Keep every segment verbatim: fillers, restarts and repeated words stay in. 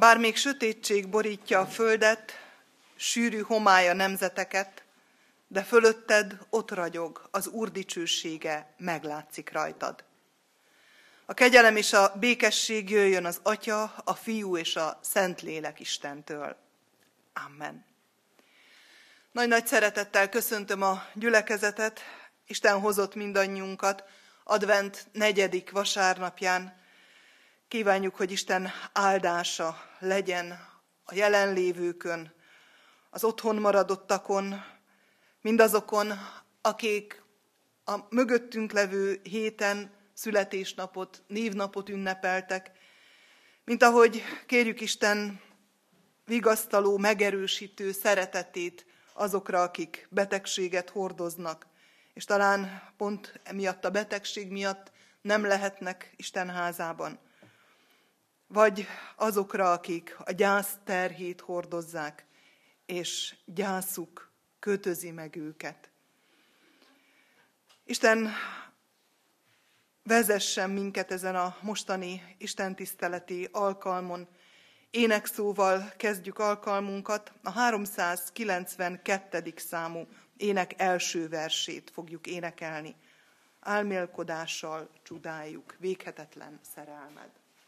Bár még sötétség borítja a földet, sűrű homály a nemzeteket, de fölötted ott ragyog, az Úr dicsősége meglátszik rajtad. A kegyelem és a békesség jöjjön az Atya, a Fiú és a Szentlélek Istentől. Amen. Nagy-nagy szeretettel köszöntöm a gyülekezetet, Isten hozott mindannyiunkat advent negyedik vasárnapján. Kívánjuk, hogy Isten áldása legyen a jelenlévőkön, az otthon maradottakon, mindazokon, akik a mögöttünk levő héten születésnapot, névnapot ünnepeltek, mint ahogy kérjük Isten vigasztaló, megerősítő szeretetét azokra, akik betegséget hordoznak, és talán pont emiatt a betegség miatt nem lehetnek Isten házában. Vagy azokra, akik a gyász terhét hordozzák, és gyászuk kötözi meg őket. Isten vezessen minket ezen a mostani istentiszteleti alkalmon. Énekszóval kezdjük alkalmunkat, a háromszázkilencvenkettedik számú ének első versét fogjuk énekelni. Álmélkodással csodáljuk véghetetlen szerelmed.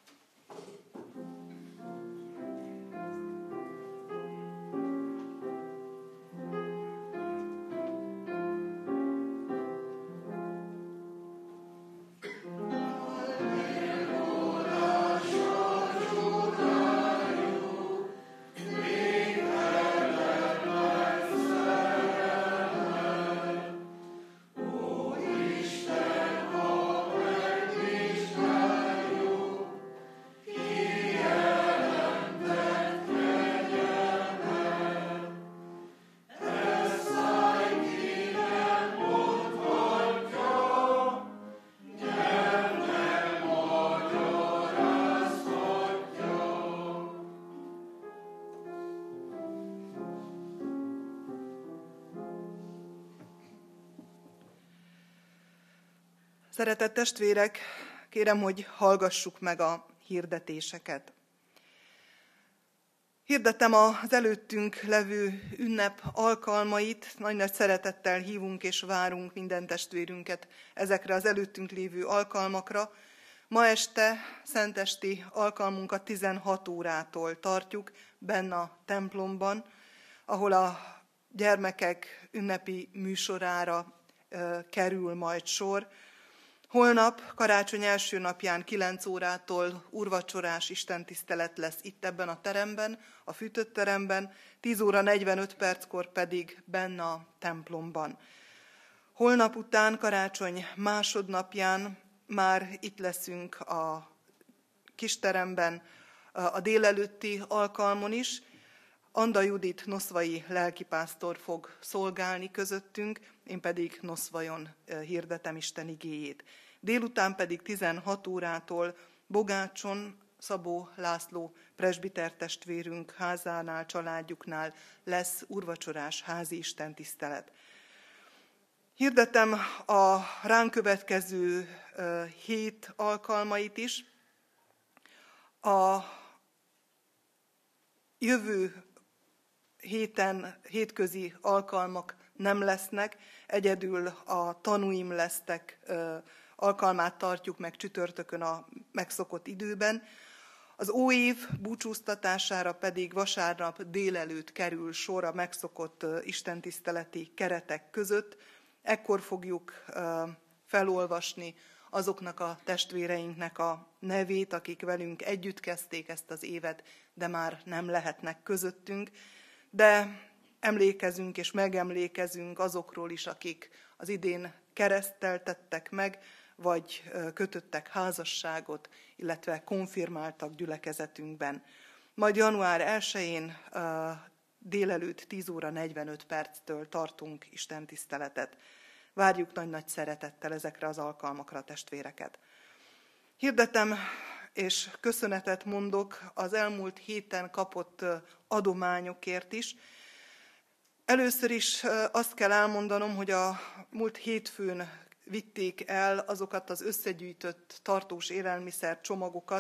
Szeretett testvérek, kérem, hogy hallgassuk meg a hirdetéseket. Hirdettem az előttünk levő ünnep alkalmait, nagy-nagy szeretettel hívunk és várunk minden testvérünket ezekre az előttünk lévő alkalmakra. Ma este szentesti alkalmunkat tizenhat órától tartjuk benne a templomban, ahol a gyermekek ünnepi műsorára e, kerül majd sor. Holnap, karácsony első napján kilenc órától úrvacsorás istentisztelet lesz itt ebben a teremben, a fűtött teremben, tíz óra negyvenöt perckor pedig benne a templomban. Holnap után, karácsony másodnapján már itt leszünk a kisteremben a délelőtti alkalmon is. Anda Judit noszvai lelkipásztor fog szolgálni közöttünk, én pedig Noszvajon hirdetem Isten igéjét. Délután pedig tizenhat órától Bogácson Szabó László presbiter testvérünk házánál, családjuknál lesz úrvacsorás házi istentisztelet. Hirdetem a ránk következő hét alkalmait is. A jövő héten hétközi alkalmak nem lesznek, egyedül a tanúim lesztek, alkalmát tartjuk meg csütörtökön a megszokott időben. Az óév búcsúztatására pedig vasárnap délelőtt kerül sor a megszokott istentiszteleti keretek között. Ekkor fogjuk felolvasni azoknak a testvéreinknek a nevét, akik velünk együtt kezdték ezt az évet, de már nem lehetnek közöttünk. De emlékezünk és megemlékezünk azokról is, akik az idén kereszteltettek meg, vagy kötöttek házasságot, illetve konfirmáltak gyülekezetünkben. Majd január elsején délelőtt tíz óra negyvenöt perctől tartunk istentiszteletet. Várjuk nagy-nagy szeretettel ezekre az alkalmakra a testvéreket. Hirdetem és köszönetet mondok az elmúlt héten kapott adományokért is. Először is azt kell elmondanom, hogy a múlt hétfőn vitték el azokat az összegyűjtött tartós élelmiszer csomagokat,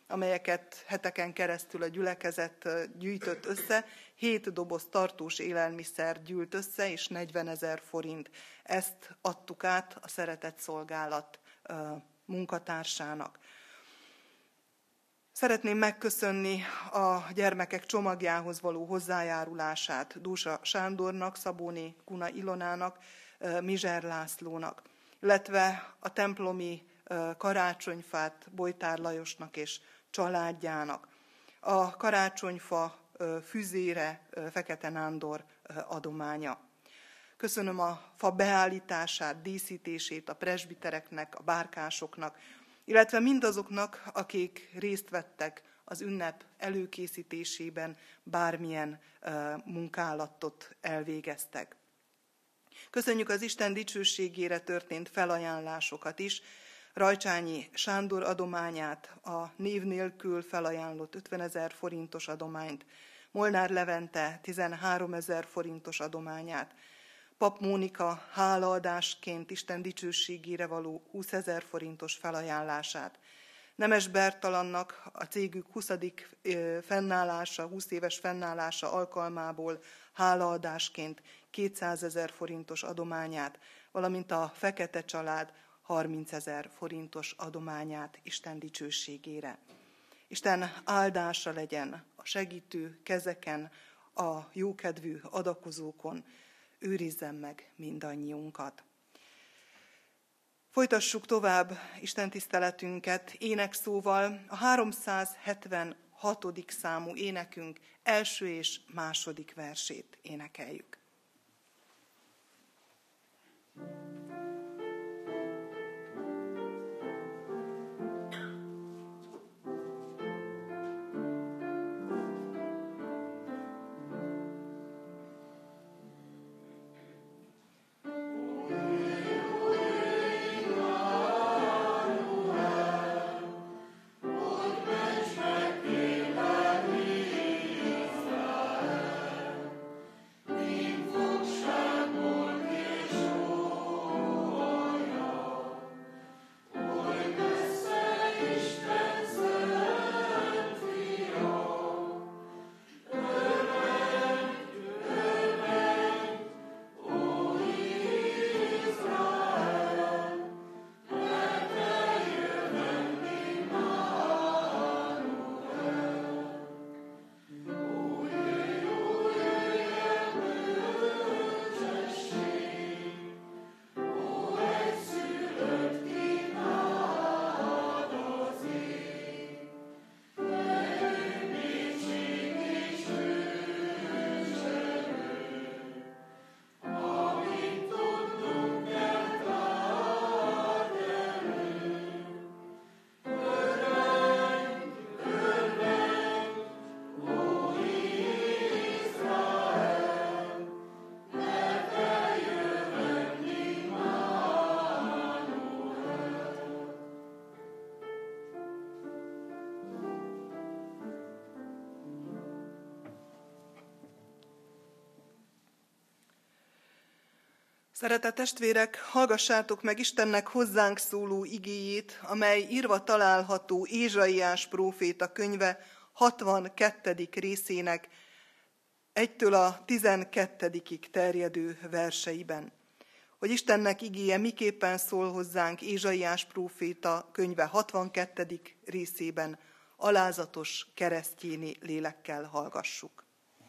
amelyeket heteken keresztül a gyülekezet gyűjtött össze, hét doboz tartós élelmiszer gyűlt össze, és negyvenezer forint. Ezt adtuk át a Szeretett Szolgálat munkatársának. Szeretném megköszönni a gyermekek csomagjához való hozzájárulását Dósa Sándornak, Szabóné Kuna Ilonának, Mizser Lászlónak, illetve a templomi karácsonyfát Bojtár Lajosnak és családjának. A karácsonyfa füzére Fekete Nándor adománya. Köszönöm a fa beállítását, díszítését a presbitereknek, a bárkásoknak, illetve mindazoknak, akik részt vettek az ünnep előkészítésében, bármilyen munkálatot elvégeztek. Köszönjük az Isten dicsőségére történt felajánlásokat is, Rajcsányi Sándor adományát, a név nélkül felajánlott ötvenezer forintos adományt, Molnár Levente tizenháromezer forintos adományát, Pap Mónika hálaadásként Isten dicsőségére való húszezer forintos felajánlását, Nemes Bertalannak a cégük huszadik fennállása, húsz éves fennállása alkalmából hálaadásként kétszázezer forintos adományát, valamint a Fekete család harmincezer forintos adományát Isten dicsőségére. Isten áldása legyen a segítő kezeken, a jókedvű adakozókon, őrizzen meg mindannyiunkat. Folytassuk tovább Isten tiszteletünket énekszóval, a háromszázhetvenhatodik számú énekünk első és második versét énekeljük. Szeretett testvérek, hallgassátok meg Istennek hozzánk szóló igéjét, amely írva található Ézsaiás próféta könyve hatvankettedik részének egytől a tizenkettedikig terjedő verseiben. Hogy Istennek igéje miképpen szól hozzánk Ézsaiás próféta könyve hatvankettedik részében, alázatos keresztjéni lélekkel hallgassuk.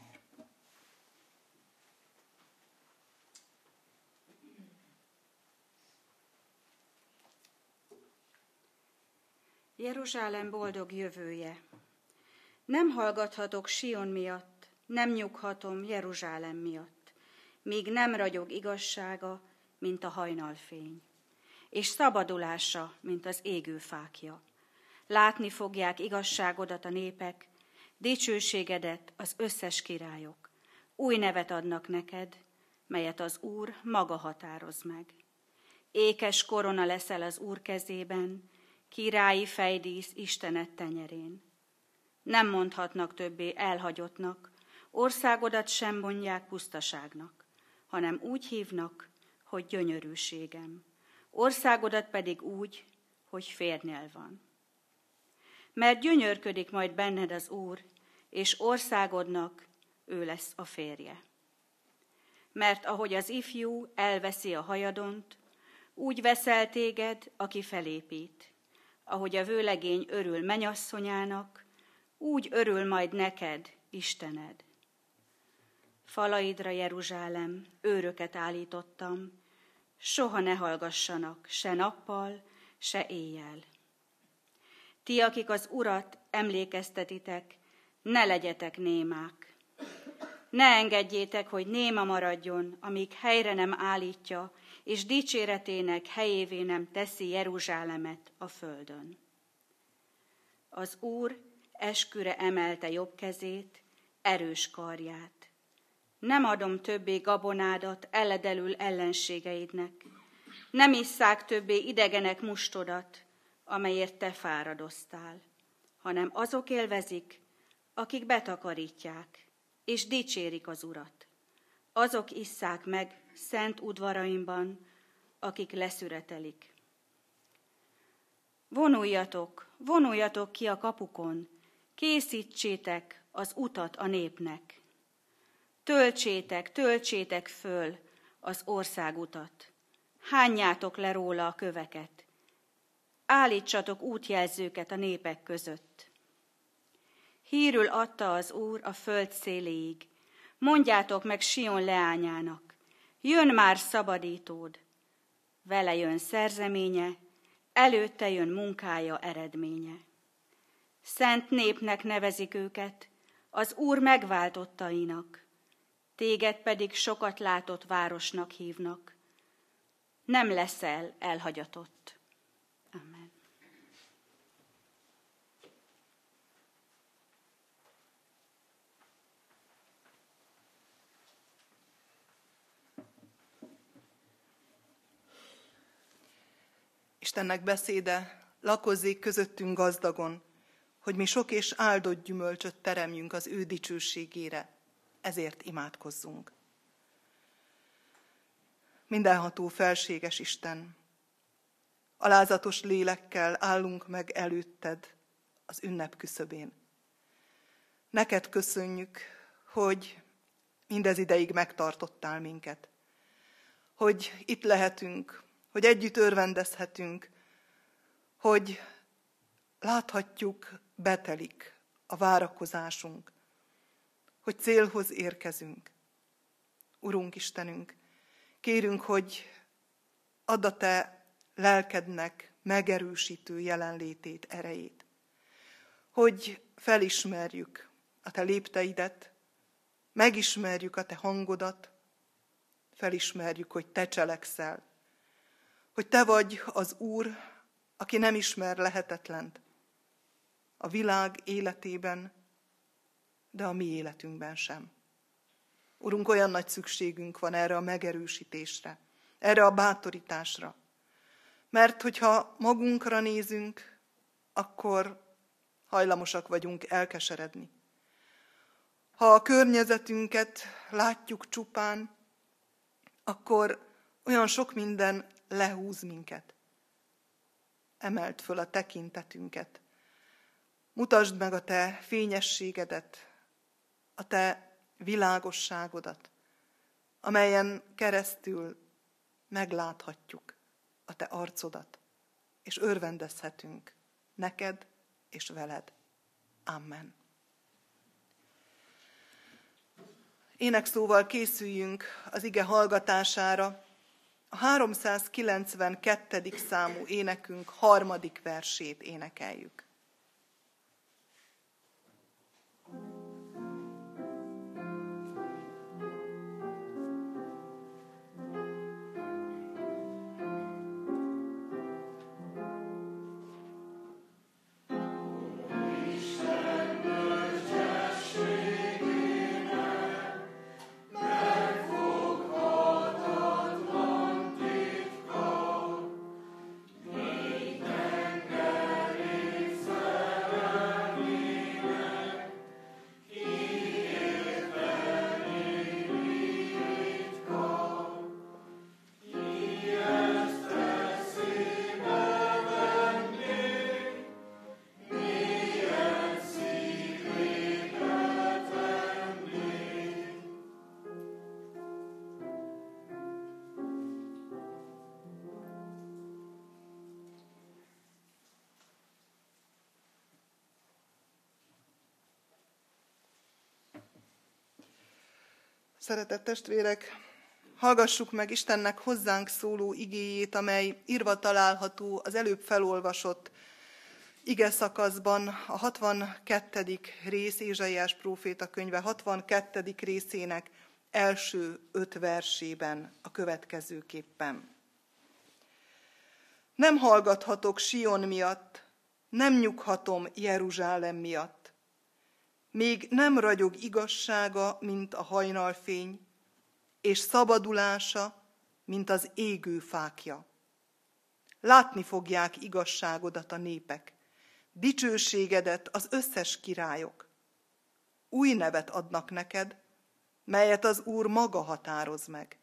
Jeruzsálem boldog jövője. Nem hallgathatok Sion miatt, nem nyughatom Jeruzsálem miatt, míg nem ragyog igazsága, mint a hajnalfény, és szabadulása, mint az égő fákja. Látni fogják igazságodat a népek, dicsőségedet az összes királyok. Új nevet adnak neked, melyet az Úr maga határoz meg. Ékes korona leszel az Úr kezében, királyi fejdísz Istened tenyerén. Nem mondhatnak többé elhagyottnak, országodat sem mondják pusztaságnak, hanem úgy hívnak, hogy gyönyörűségem. Országodat pedig úgy, hogy férnél van. mert gyönyörködik majd benned az Úr, és országodnak ő lesz a férje. Mert ahogy az ifjú elveszi a hajadont, úgy veszel téged, aki felépít. Ahogy a vőlegény örül menyasszonyának, úgy örül majd neked, Istened. Falaidra, Jeruzsálem, őröket állítottam, soha ne hallgassanak, se nappal, se éjjel. Ti, akik az Urat emlékeztetitek, ne legyetek némák. Ne engedjétek, hogy néma maradjon, amíg helyre nem állítja, és dicséretének helyévé nem teszi Jeruzsálemet a földön. Az Úr esküre emelte jobb kezét, erős karját. Nem adom többé gabonádat eledelül ellenségeidnek, nem isszák többé idegenek mustodat, amelyért te fáradoztál, hanem azok élvezik, akik betakarítják, és dicsérik az Urat. Azok isszák meg szent udvaraimban, akik leszüretelik. Vonuljatok, vonuljatok ki a kapukon, készítsétek az utat a népnek. Töltsétek, töltsétek föl az országutat, hányjátok le róla a köveket, állítsatok útjelzőket a népek között. Hírül adta az Úr a föld széléig, mondjátok meg Sion leányának, jön már szabadítód, vele jön szerzeménye, előtte jön munkája eredménye. Szent népnek nevezik őket, az Úr megváltottainak, téged pedig sokat látott városnak hívnak. Nem leszel elhagyatott. Amen. Istennek beszéde lakozzék közöttünk gazdagon, hogy mi sok és áldott gyümölcsöt teremjünk az ő dicsőségére. Ezért imádkozzunk. Mindenható felséges Isten, alázatos lélekkel állunk meg előtted az ünnep küszöbén. Neked köszönjük, hogy mindez ideig megtartottál minket, hogy itt lehetünk, hogy együtt örvendezhetünk, hogy láthatjuk, betelik a várakozásunk, hogy célhoz érkezünk. Urunk Istenünk, kérünk, hogy add a te lelkednek megerősítő jelenlétét, erejét, hogy felismerjük a te lépteidet, megismerjük a te hangodat, felismerjük, hogy te cselekszel, hogy te vagy az Úr, aki nem ismer lehetetlent a világ életében, de a mi életünkben sem. Urunk, olyan nagy szükségünk van erre a megerősítésre, erre a bátorításra. Mert hogyha magunkra nézünk, akkor hajlamosak vagyunk elkeseredni. Ha a környezetünket látjuk csupán, akkor olyan sok minden lehúz minket. Emeld föl a tekintetünket. Mutasd meg a te fényességedet, a te világosságodat, amelyen keresztül megláthatjuk a te arcodat, és örvendezhetünk neked és veled. Amen. Énekszóval készüljünk az ige hallgatására. A háromszázkilencvenkettedik számú énekünk harmadik versét énekeljük. Minden Szeretett testvérek, hallgassuk meg Istennek hozzánk szóló igéjét, amely írva található az előbb felolvasott ige szakaszban, a hatvankettedik rész, Ézsaiás próféta könyve hatvankettedik részének első öt versében a következőképpen. Nem hallgathatok Sion miatt, nem nyughatom Jeruzsálem miatt. Még nem ragyog igazsága, mint a hajnalfény, és szabadulása, mint az égő fákja. Látni fogják igazságodat a népek, dicsőségedet az összes királyok. Új nevet adnak neked, melyet az Úr maga határoz meg.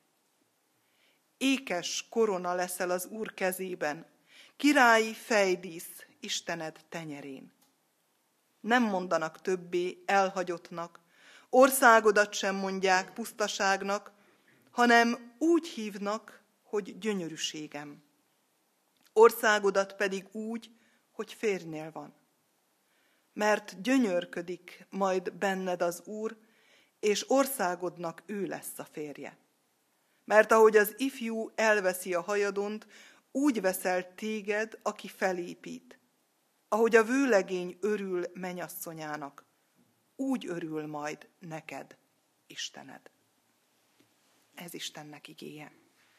Ékes korona leszel az Úr kezében, királyi fejdísz Istened tenyerén. Nem mondanak többé elhagyottnak, országodat sem mondják pusztaságnak, hanem úgy hívnak, hogy gyönyörűségem. Országodat pedig úgy, hogy férjnél van. Mert gyönyörködik majd benned az Úr, és országodnak ő lesz a férje. Mert ahogy az ifjú elveszi a hajadont, úgy veszel téged, aki felépít. Ahogy a vőlegény örül mennyasszonyának, úgy örül majd neked Istened. Ez Istennek igéje.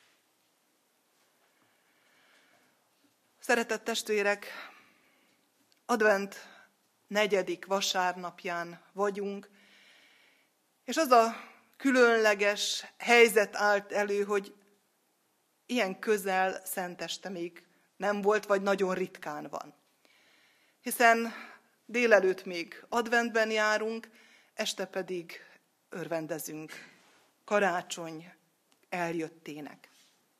Szeretett testvérek, advent negyedik vasárnapján vagyunk, és az a különleges helyzet állt elő, hogy ilyen közel szenteste még nem volt, vagy nagyon ritkán van. Hiszen délelőtt még adventben járunk, este pedig örvendezünk karácsony eljöttének.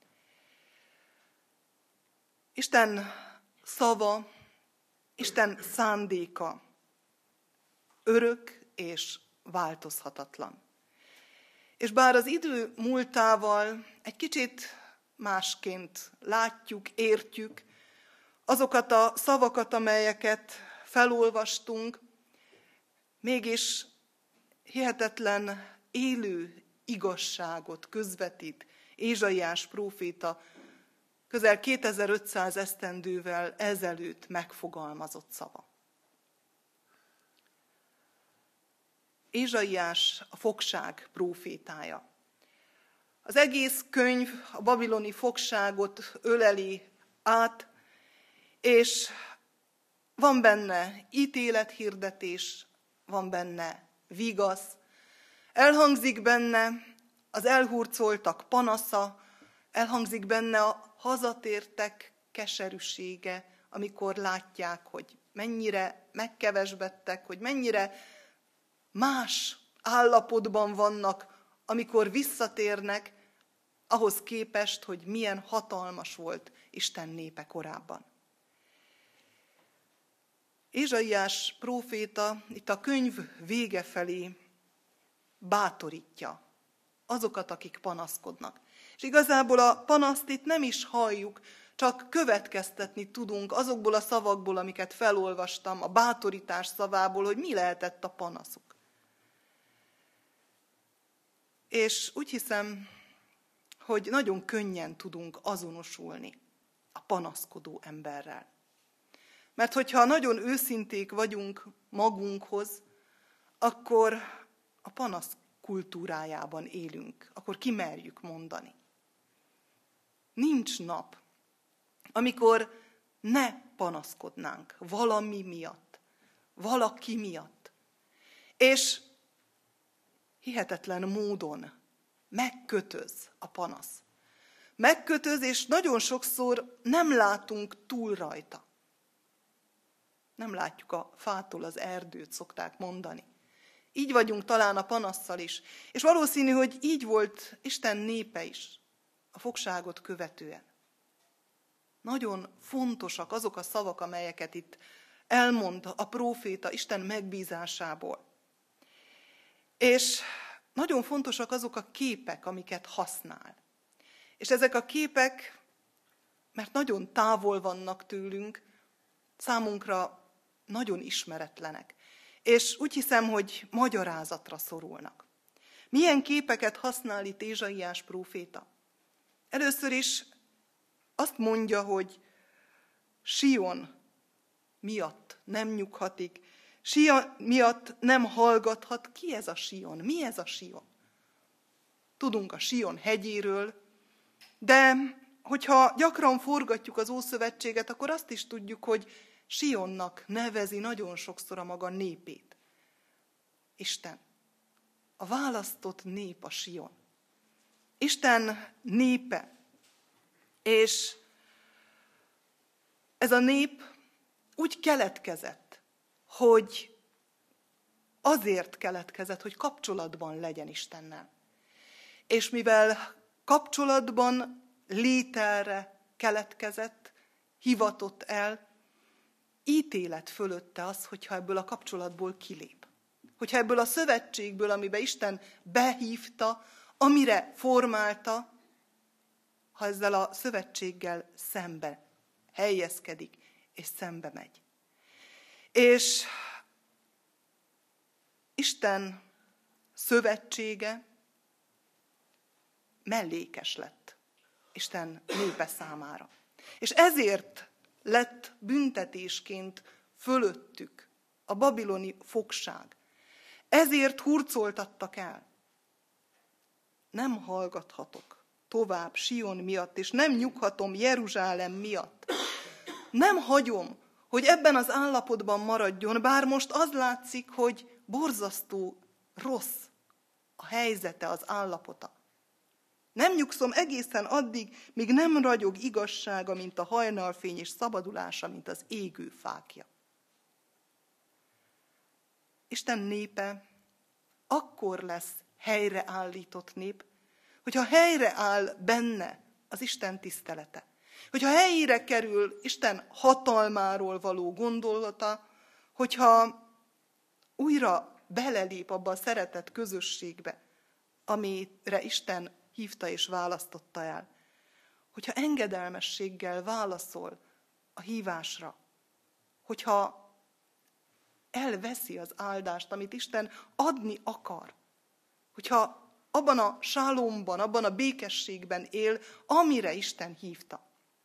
Isten szava, Isten szándéka örök és változhatatlan. És bár az idő múltával egy kicsit másként látjuk, értjük azokat a szavakat, amelyeket felolvastunk, mégis hihetetlen élő igazságot közvetít Ézsaiás próféta közel kétezer-ötszáz esztendővel ezelőtt megfogalmazott szava. Ézsaiás a fogság prófétája. Az egész könyv a babiloni fogságot öleli át, és van benne ítélethirdetés, van benne vigasz, elhangzik benne az elhurcoltak panasza, elhangzik benne a hazatértek keserűsége, amikor látják, hogy mennyire megkevesbedtek, hogy mennyire más állapotban vannak, amikor visszatérnek, ahhoz képest, hogy milyen hatalmas volt Isten népe korábban. Ézsaiás próféta itt a könyv vége felé bátorítja azokat, akik panaszkodnak. És igazából a panaszt itt nem is halljuk, csak következtetni tudunk azokból a szavakból, amiket felolvastam, a bátorítás szavából, hogy mi lehetett a panaszuk. És úgy hiszem, hogy nagyon könnyen tudunk azonosulni a panaszkodó emberrel. Mert hogyha nagyon őszinték vagyunk magunkhoz, akkor a panasz kultúrájában élünk, akkor kimerjük mondani. Nincs nap, amikor ne panaszkodnánk valami miatt, valaki miatt. És hihetetlen módon megkötöz a panasz. Megkötöz, és nagyon sokszor nem látunk túl rajta. Nem látjuk a fától az erdőt, szokták mondani. Így vagyunk talán a panasszal is. És valószínű, hogy így volt Isten népe is a fogságot követően. Nagyon fontosak azok a szavak, amelyeket itt elmond a próféta Isten megbízásából. És nagyon fontosak azok a képek, amiket használ. És ezek a képek, mert nagyon távol vannak tőlünk, számunkra nagyon ismeretlenek. És úgy hiszem, hogy magyarázatra szorulnak. Milyen képeket használ itt Ézsaiás próféta? Először is azt mondja, hogy Sion miatt nem nyughatik, Sion miatt nem hallgathat. Ki ez a Sion? Mi ez a Sion? Tudunk a Sion hegyéről, de hogyha gyakran forgatjuk az Ószövetséget, akkor azt is tudjuk, hogy Sionnak nevezi nagyon sokszor a maga népét. Isten. A választott nép a Sion. Isten népe. És ez a nép úgy keletkezett, hogy azért keletkezett, hogy kapcsolatban legyen Istennel. És mivel kapcsolatban lételre keletkezett, hivatott el, ítélet fölötte az, hogyha ebből a kapcsolatból kilép. Hogyha ebből a szövetségből, amiben Isten behívta, amire formálta, ha ezzel a szövetséggel szembe helyezkedik, és szembe megy. És Isten szövetsége mellékes lett Isten népe számára. És ezért lett büntetésként fölöttük a babiloni fogság. Ezért hurcoltattak el. Nem hallgathatok tovább Sion miatt, és nem nyughatom Jeruzsálem miatt. Nem hagyom, hogy ebben az állapotban maradjon, bár most az látszik, hogy borzasztó rossz a helyzete, az állapota. Nem nyugszom egészen addig, míg nem ragyog igazsága, mint a hajnalfény, és szabadulása, mint az égő fákja. Isten népe akkor lesz helyreállított nép, hogyha helyreáll benne az Isten tisztelete. Hogyha helyére kerül Isten hatalmáról való gondolata, hogyha újra belelép abba a szeretett közösségbe, amire Isten hívta és választotta el. Hogyha engedelmességgel válaszol a hívásra, hogyha elveszi az áldást, amit Isten adni akar, hogyha abban a sálomban, abban a békességben él, amire Isten hívta.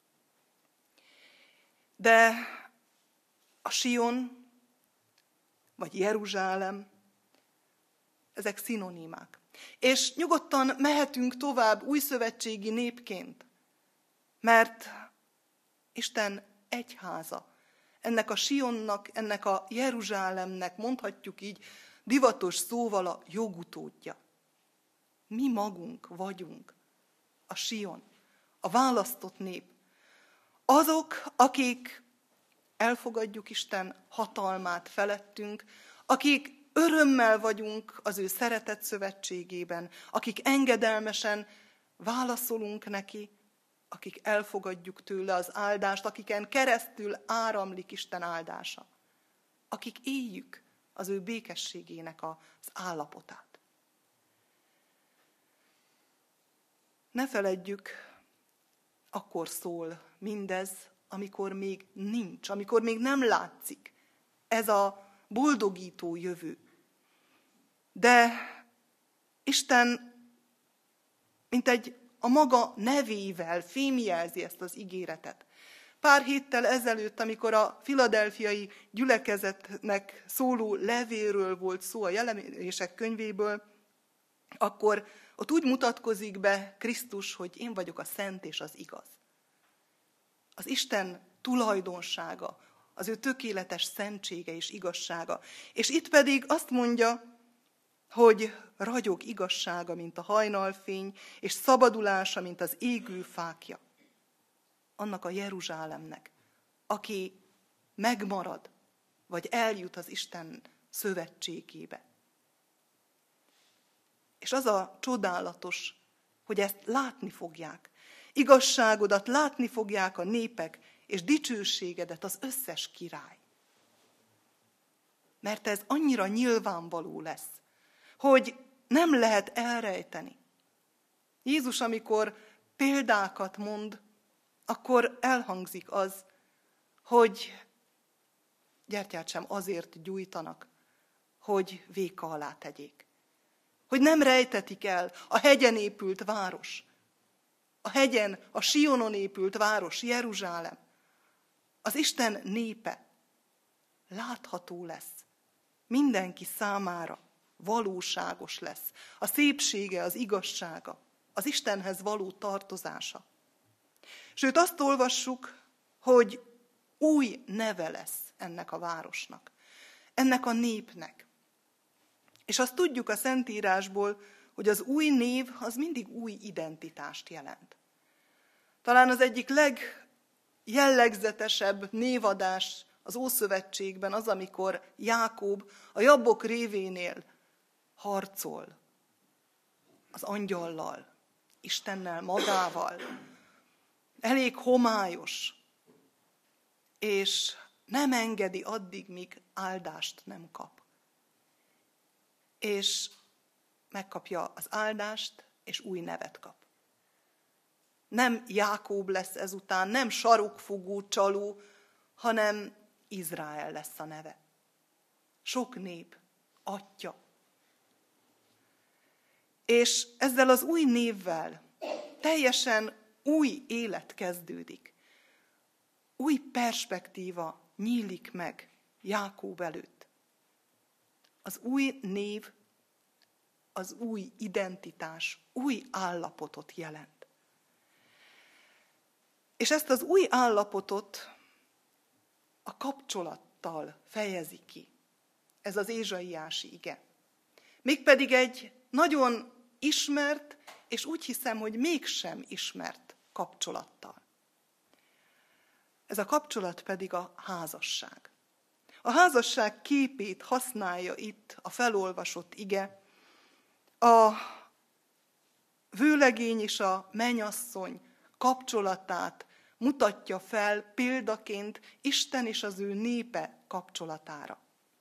De a Sion, vagy Jeruzsálem, ezek szinonimák. És nyugodtan mehetünk tovább újszövetségi népként, mert Isten egyháza, ennek a Sionnak, ennek a Jeruzsálemnek, mondhatjuk így, divatos szóval a jogutódja. Mi magunk vagyunk a Sion, a választott nép. Azok, akik elfogadjuk Isten hatalmát felettünk, akik örömmel vagyunk az ő szeretett szövetségében, akik engedelmesen válaszolunk neki, akik elfogadjuk tőle az áldást, akiken keresztül áramlik Isten áldása, akik éljük az ő békességének az állapotát. Ne feledjük, akkor szól mindez, amikor még nincs, amikor még nem látszik ez a boldogító jövő. De Isten, mint egy a maga nevével fémjelzi ezt az ígéretet. Pár héttel ezelőtt, amikor a filadelfiai gyülekezetnek szóló levélről volt szó a Jelenések könyvéből, akkor ott úgy mutatkozik be Krisztus, hogy én vagyok a szent és az igaz. Az Isten tulajdonsága, az ő tökéletes szentsége és igazsága. És itt pedig azt mondja, hogy ragyog igazsága, mint a hajnalfény, és szabadulása, mint az égő fákja. Annak a Jeruzsálemnek, aki megmarad, vagy eljut az Isten szövetségébe. És az a csodálatos, hogy ezt látni fogják. Igazságodat látni fogják a népek, és dicsőségedet az összes király. Mert ez annyira nyilvánvaló lesz, hogy nem lehet elrejteni. Jézus, amikor példákat mond, akkor elhangzik az, hogy gyertyát sem azért gyújtanak, hogy véka alá tegyék. hogy nem rejtetik el a hegyen épült város, a hegyen, a Sionon épült város, Jeruzsálem, az Isten népe látható lesz, mindenki számára valóságos lesz, a szépsége, az igazsága, az Istenhez való tartozása. Sőt, azt olvassuk, hogy új neve lesz ennek a városnak, ennek a népnek. És azt tudjuk a Szentírásból, hogy az új név az mindig új identitást jelent. Talán az egyik legjellegzetesebb névadás az Ószövetségben az, amikor Jákob a Jabbok révénél harcol az angyallal, Istennel magával. Elég homályos, és nem engedi addig, míg áldást nem kap. És megkapja az áldást, és új nevet kap. Nem Jákob lesz ezután, nem sarokfogó csaló, hanem Izrael lesz a neve. Sok nép, atya. És ezzel az új névvel teljesen új élet kezdődik. Új perspektíva nyílik meg Jákob előtt. Az új név, az új identitás, új állapotot jelent. És ezt az új állapotot a kapcsolattal fejezi ki. Ez az ézsaiási ige. Mégpedig egy nagyon ismert, és úgy hiszem, hogy mégsem ismert kapcsolattal. Ez a kapcsolat pedig a házasság. A házasság képét használja itt a felolvasott ige. A vőlegény és a mennyasszony kapcsolatát mutatja fel példaként Isten és az ő népe kapcsolatára.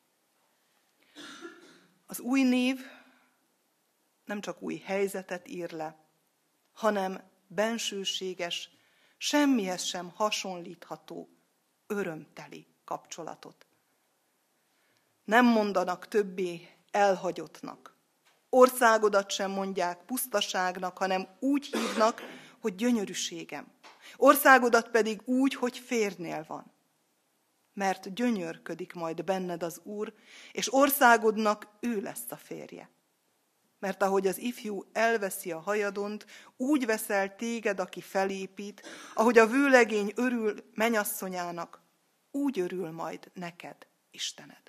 Az új név nem csak új helyzetet ír le, hanem bensőséges, semmihez sem hasonlítható, örömteli kapcsolatot. Nem mondanak többé elhagyottnak. Országodat sem mondják pusztaságnak, hanem úgy hívnak, hogy gyönyörűségem. Országodat pedig úgy, hogy férjnél van. Mert gyönyörködik majd benned az Úr, és országodnak ő lesz a férje. Mert ahogy az ifjú elveszi a hajadont, úgy veszel téged, aki felépít, ahogy a vőlegény örül mennyasszonyának, úgy örül majd neked Istened.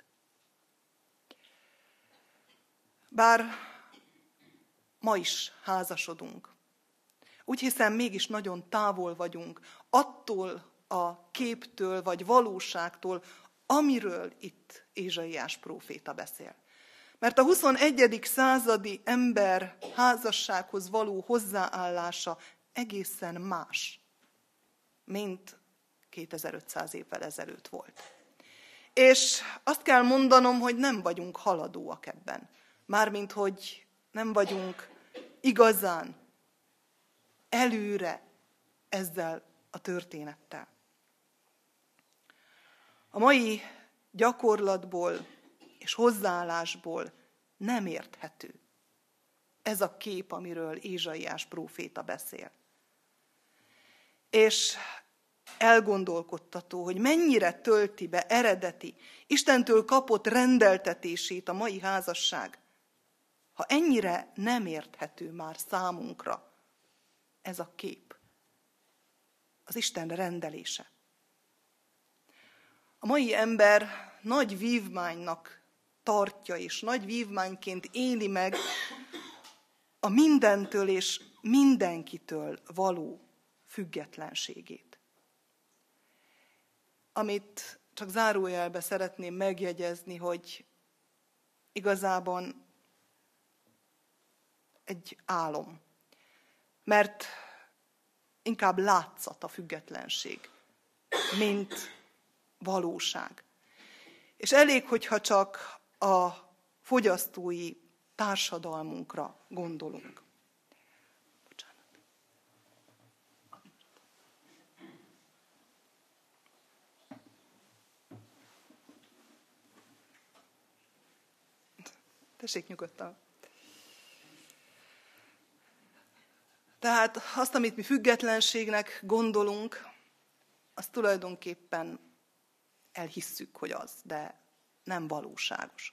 Bár ma is házasodunk, úgy hiszem, mégis nagyon távol vagyunk attól a képtől vagy valóságtól, amiről itt Ézsaiás próféta beszél. Mert a huszonegyedik századi ember házassághoz való hozzáállása egészen más, mint kétezer-ötszáz évvel ezelőtt volt. És azt kell mondanom, hogy nem vagyunk haladóak ebben. Mármint, hogy nem vagyunk igazán előre ezzel a történettel. A mai gyakorlatból és hozzáállásból nem érthető ez a kép, amiről Ézsaiás próféta beszél. És elgondolkodtató, hogy mennyire tölti be eredeti, Istentől kapott rendeltetését a mai házasság, ha ennyire nem érthető már számunkra ez a kép, az Isten rendelése. A mai ember nagy vívmánynak tartja, és nagy vívmányként éli meg a mindentől és mindenkitől való függetlenségét. Amit csak zárójelbe szeretném megjegyezni, hogy igazában egy álom, mert inkább látszat a függetlenség, mint valóság. És elég, hogyha csak a fogyasztói társadalmunkra gondolunk. Bocsánat. Tessék nyugodtan. Tehát azt, amit mi függetlenségnek gondolunk, azt tulajdonképpen elhisszük, hogy az, de nem valóságos.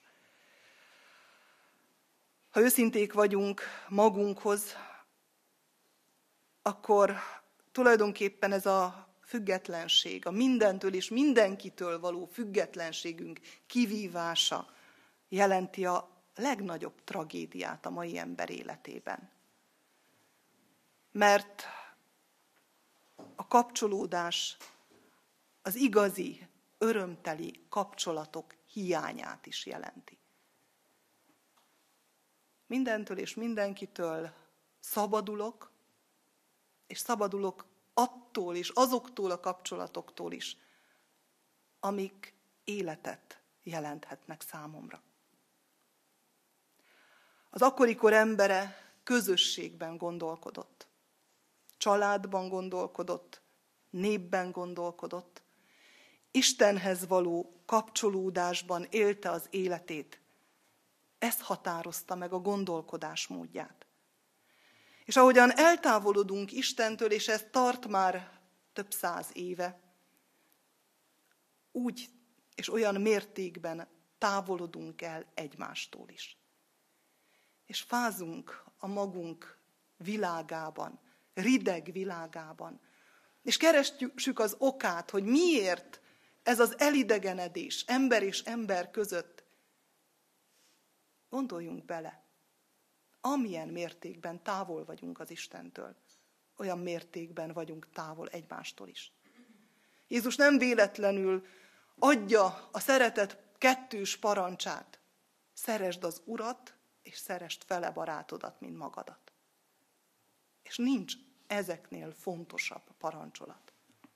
Ha őszinték vagyunk magunkhoz, akkor tulajdonképpen ez a függetlenség, a mindentől és mindenkitől való függetlenségünk kivívása jelenti a legnagyobb tragédiát a mai ember életében. Mert a kapcsolódás az igazi, örömteli kapcsolatok hiányát is jelenti. Mindentől és mindenkitől szabadulok, és szabadulok attól és azoktól a kapcsolatoktól is, amik életet jelenthetnek számomra. Az akkorikor embere közösségben gondolkodott, családban gondolkodott, népben gondolkodott, Istenhez való kapcsolódásban élte az életét. Ez határozta meg a gondolkodásmódját. És ahogyan eltávolodunk Istentől, és ez tart már több száz éve, úgy és olyan mértékben távolodunk el egymástól is. És fázunk a magunk világában, rideg világában, és keressük az okát, hogy miért ez az elidegenedés ember és ember között. Gondoljunk bele, amilyen mértékben távol vagyunk az Istentől, olyan mértékben vagyunk távol egymástól is. Jézus nem véletlenül adja a szeretet kettős parancsát. Szeresd az Urat, és szeresd fele barátodat, mint magadat. És nincs ezeknél fontosabb parancsolat.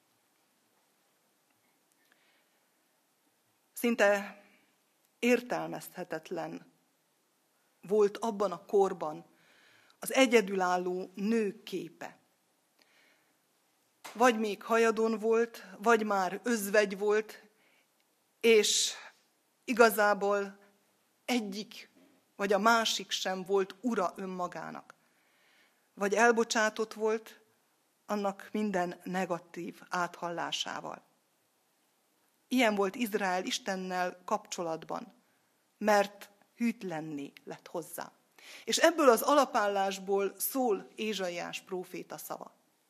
Szinte értelmezhetetlen volt abban a korban az egyedülálló nő képe. Vagy még hajadon volt, vagy már özvegy volt, és igazából egyik vagy a másik sem volt ura önmagának. Vagy elbocsátott volt, annak minden negatív áthallásával. Ilyen volt Izrael Istennel kapcsolatban, mert hűtlenné lett hozzá. És ebből az alapállásból szól Ézsaiás próféta szava.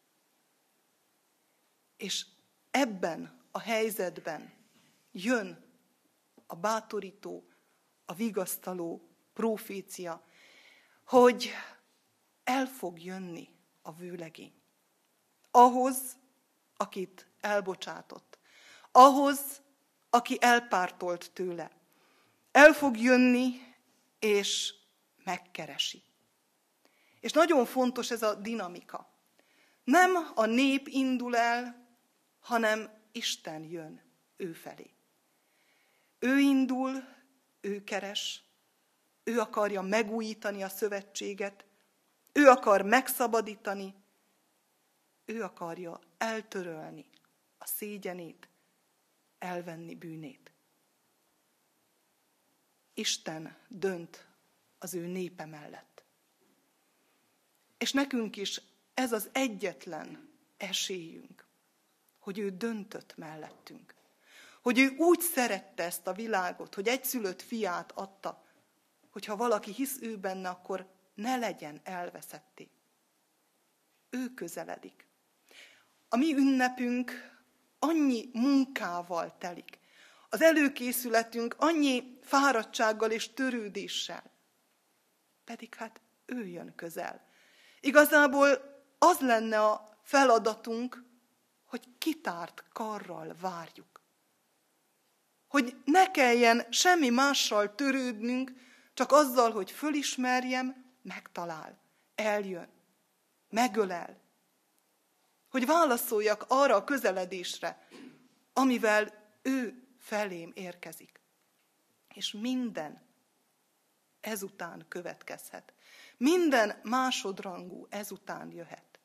És ebben a helyzetben jön a bátorító, a vigasztaló prófécia, hogy el fog jönni a vőlegény. Ahhoz, akit elbocsátott. Ahhoz, aki elpártolt tőle. El fog jönni, és megkeresi. És nagyon fontos ez a dinamika. Nem a nép indul el, hanem Isten jön ő felé. Ő indul, ő keres, ő akarja megújítani a szövetséget, ő akar megszabadítani, ő akarja eltörölni a szégyenét, elvenni bűnét. Isten dönt az ő népe mellett. És nekünk is ez az egyetlen esélyünk, hogy ő döntött mellettünk. Hogy ő úgy szerette ezt a világot, hogy egyszülött fiát adta, hogyha valaki hisz ő benne, akkor ne legyen elveszetté. Ő közeledik. A mi ünnepünk annyi munkával telik. Az előkészületünk annyi fáradtsággal és törődéssel. Pedig hát ő jön közel. Igazából az lenne a feladatunk, hogy kitárt karral várjuk. Hogy ne kelljen semmi mással törődnünk, csak azzal, hogy fölismerjem, megtalál, eljön, megölel. Hogy válaszoljak arra a közeledésre, amivel ő felém érkezik. És minden ezután következhet. Minden másodrangú ezután jöhet.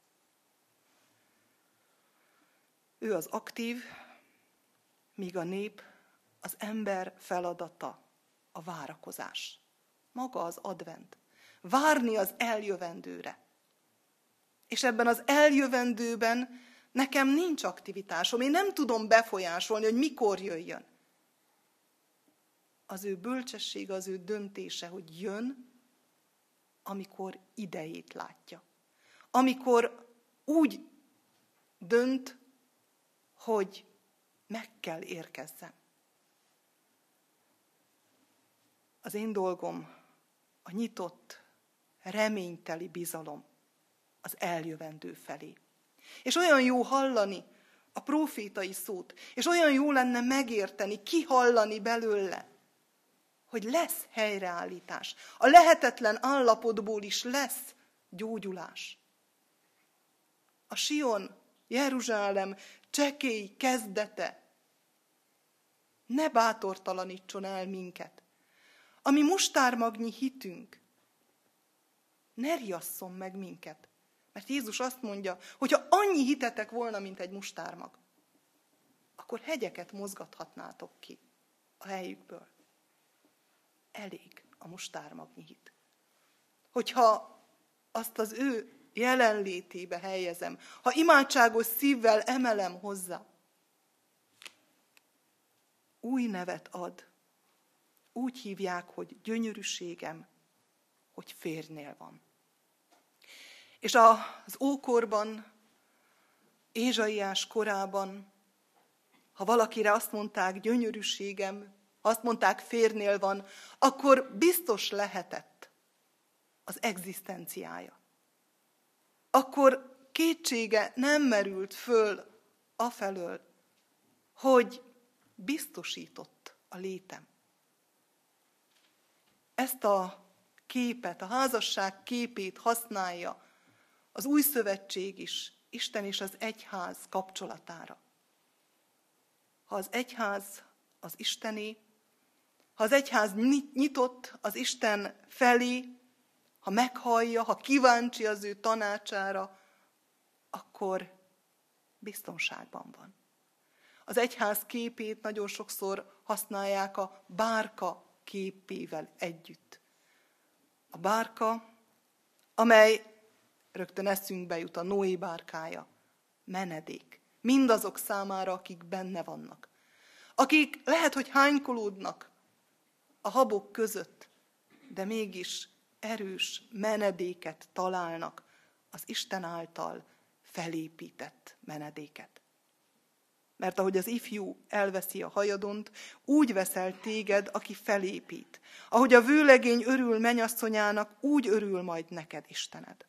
Ő az aktív, míg a nép, az ember feladata a várakozás. Maga az advent. Várni az eljövendőre. És ebben az eljövendőben nekem nincs aktivitásom. Én nem tudom befolyásolni, hogy mikor jöjjön. Az ő bölcsessége, az ő döntése, hogy jön, amikor idejét látja. Amikor úgy dönt, hogy meg kell érkezzem. Az én dolgom a nyitott, reményteli bizalom az eljövendő felé. És olyan jó hallani a prófétai szót, és olyan jó lenne megérteni, kihallani belőle, hogy lesz helyreállítás. A lehetetlen állapotból is lesz gyógyulás. A Sion, Jeruzsálem csekély kezdete ne bátortalanítson el minket. A mi mustármagnyi hitünk ne riasszon meg minket. Mert Jézus azt mondja, hogy ha annyi hitetek volna, mint egy mustármag, akkor hegyeket mozgathatnátok ki a helyükből. Elég a mustármagnyi hit. Hogyha azt az ő jelenlétébe helyezem, ha imádságos szívvel emelem hozzá, új nevet ad. Úgy hívják, hogy gyönyörűségem, hogy férjnél van. És az ókorban, Ézsaiás korában, ha valakire azt mondták gyönyörűségem, azt mondták férjnél van, akkor biztos lehetett az egzisztenciája. Akkor kétsége nem merült föl afelől, hogy biztosított a létem. Ezt a képet, a házasság képét használja az új szövetség is, Isten és az egyház kapcsolatára. Ha az egyház az Istené, ha az egyház nyitott az Isten felé, ha meghallja, ha kíváncsi az ő tanácsára, akkor biztonságban van. Az egyház képét nagyon sokszor használják a bárka képével együtt. A bárka, amely rögtön eszünkbe jut, a Noé bárkája, menedék. Mindazok számára, akik benne vannak. Akik lehet, hogy hánykolódnak a habok között, de mégis erős menedéket találnak, az Isten által felépített menedéket. Mert ahogy az ifjú elveszi a hajadont, úgy veszel téged, aki felépít. Ahogy a vőlegény örül mennyasszonyának, úgy örül majd neked Istened.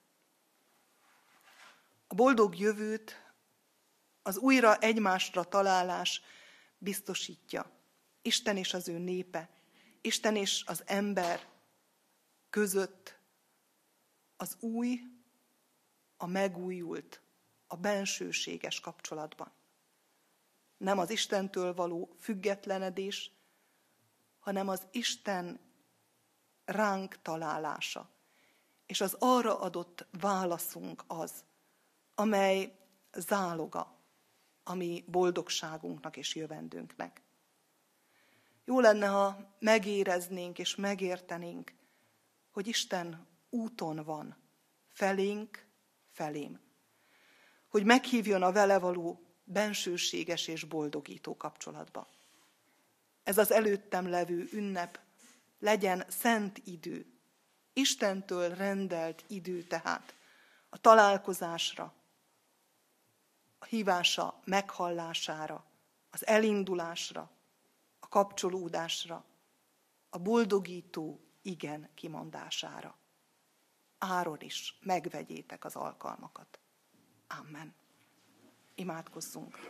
A boldog jövőt az újra egymásra találás biztosítja. Isten és az ő népe, Isten és az ember között az új, a megújult, a bensőséges kapcsolatban. Nem az Istentől való függetlenedés, hanem az Isten ránk találása. És az arra adott válaszunk az, amely záloga a mi boldogságunknak és jövendőnknek. Jó lenne, ha megéreznénk és megértenénk, hogy Isten úton van, felénk, felém. Hogy meghívjon a vele való bensőséges és boldogító kapcsolatba. Ez az előttem levő ünnep legyen szent idő, Istentől rendelt idő tehát a találkozásra, a hívása meghallására, az elindulásra, a kapcsolódásra, a boldogító igen kimondására. Áron is megvegyétek az alkalmakat. Amen. Imádkozzunk.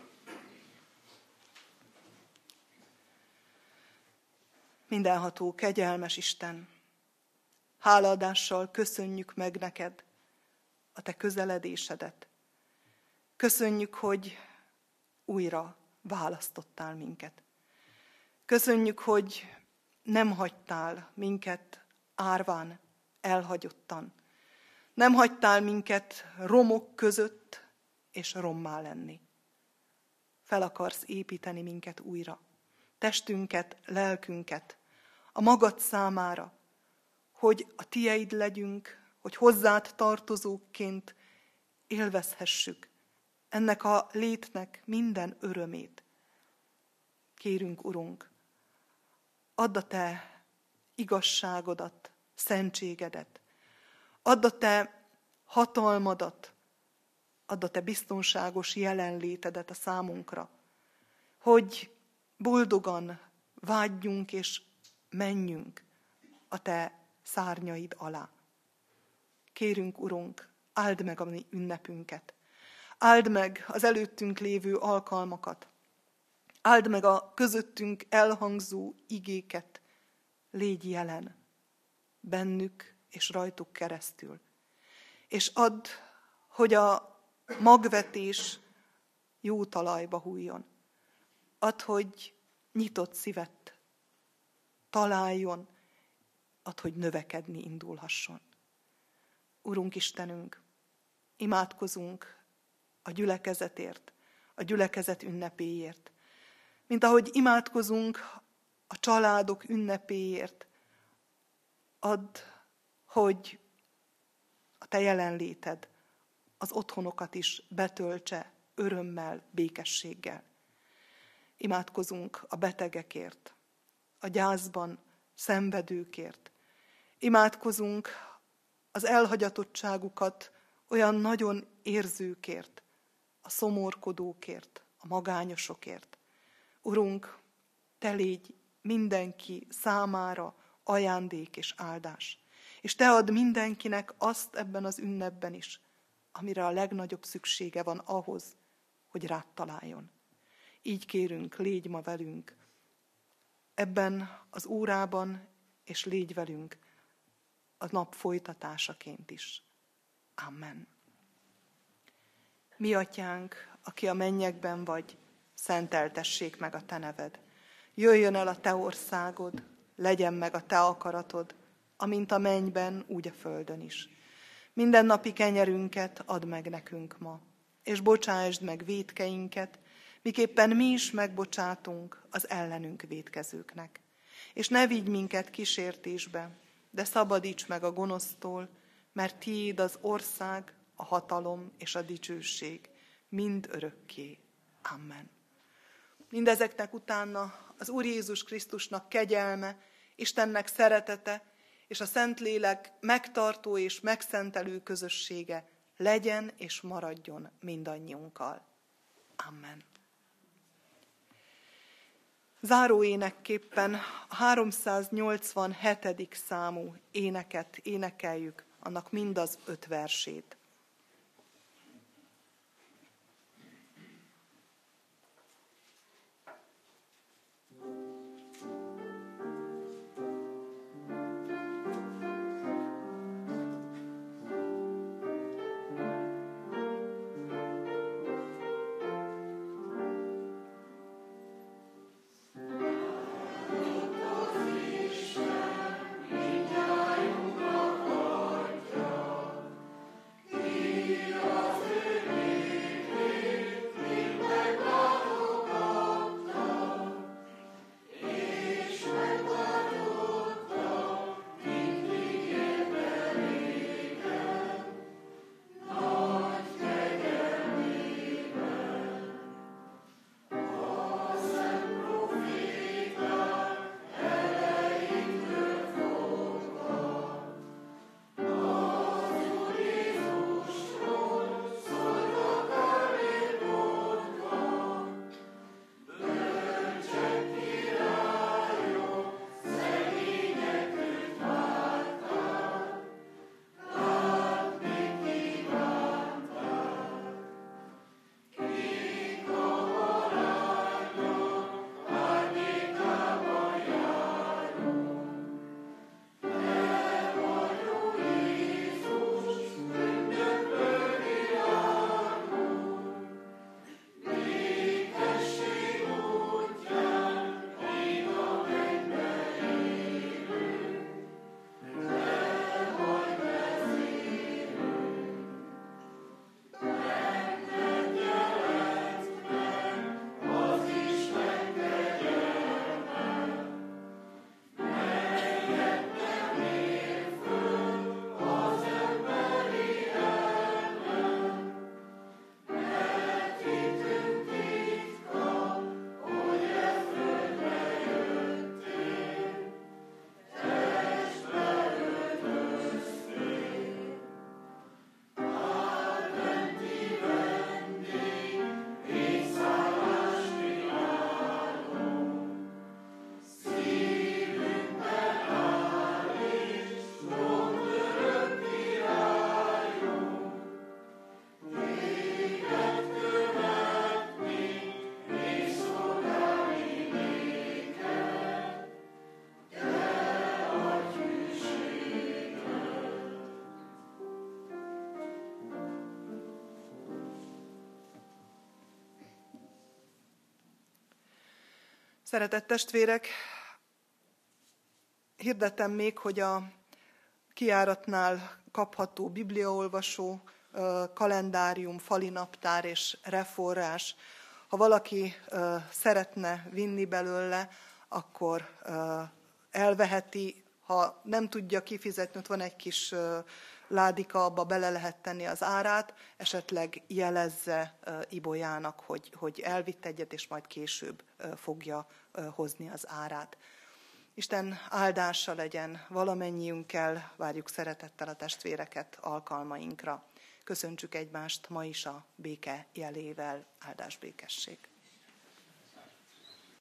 Mindenható, kegyelmes Isten, hálaadással köszönjük meg neked a te közeledésedet. Köszönjük, hogy újra választottál minket. Köszönjük, hogy nem hagytál minket árván, elhagyottan. Nem hagytál minket romok között és rommá lenni. Fel akarsz építeni minket újra. Testünket, lelkünket, a magad számára, hogy a tieid legyünk, hogy hozzád tartozókként élvezhessük ennek a létnek minden örömét. Kérünk, Urunk, add a Te igazságodat, szentségedet, add a Te hatalmadat, add a Te biztonságos jelenlétedet a számunkra, hogy boldogan vágyjunk és menjünk a Te szárnyaid alá. Kérünk, Urunk, áld meg a mi ünnepünket, áld meg az előttünk lévő alkalmakat, áld meg a közöttünk elhangzó igéket, légy jelen bennük és rajtuk keresztül. És add, hogy a magvetés jó talajba hújjon. Add, hogy nyitott szívet találjon, add, hogy növekedni indulhasson. Urunk Istenünk, imádkozunk a gyülekezetért, a gyülekezet ünnepéért, mint ahogy imádkozunk a családok ünnepéért. Add, hogy a Te jelenléted az otthonokat is betöltse örömmel, békességgel. Imádkozunk a betegekért, a gyászban szenvedőkért. Imádkozunk az elhagyatottságukat olyan nagyon érzőkért, a szomorkodókért, a magányosokért. Urunk, Te légy mindenki számára ajándék és áldás. És Te add mindenkinek azt ebben az ünnepben is, amire a legnagyobb szüksége van ahhoz, hogy rád találjon. Így kérünk, légy ma velünk ebben az órában, és légy velünk a nap folytatásaként is. Amen. Mi atyánk, aki a mennyekben vagy, szenteltessék meg a Te neved. Jöjjön el a Te országod, legyen meg a Te akaratod, amint a mennyben, úgy a földön is. Mindennapi kenyerünket add meg nekünk ma, és bocsásd meg vétkeinket, miképpen mi is megbocsátunk az ellenünk vétkezőknek. És ne vigy minket kísértésbe, de szabadíts meg a gonosztól, mert Tiéd az ország, a hatalom és a dicsőség mind örökké. Amen. Mindezeknek utána az Úr Jézus Krisztusnak kegyelme, Istennek szeretete és a Szentlélek megtartó és megszentelő közössége legyen és maradjon mindannyiunkkal. Amen. Záró énekképpen a háromszáznyolcvanhetedik számú éneket énekeljük, annak mindaz öt versét. Isten, mindjárt Szeretett testvérek, hirdetem még, hogy a kijáratnál kapható bibliaolvasó, kalendárium, fali naptár és reforrás. Ha valaki szeretne vinni belőle, akkor elveheti. Ha nem tudja kifizetni, ott van egy kis ládika, abba bele lehet tenni az árát, esetleg jelezze Ibolyának, hogy, hogy elvitt egyet, és majd később fogja hozni az árát. Isten áldása legyen valamennyiünkkel, várjuk szeretettel a testvéreket alkalmainkra. Köszöntsük egymást ma is a béke jelével, áldás békesség.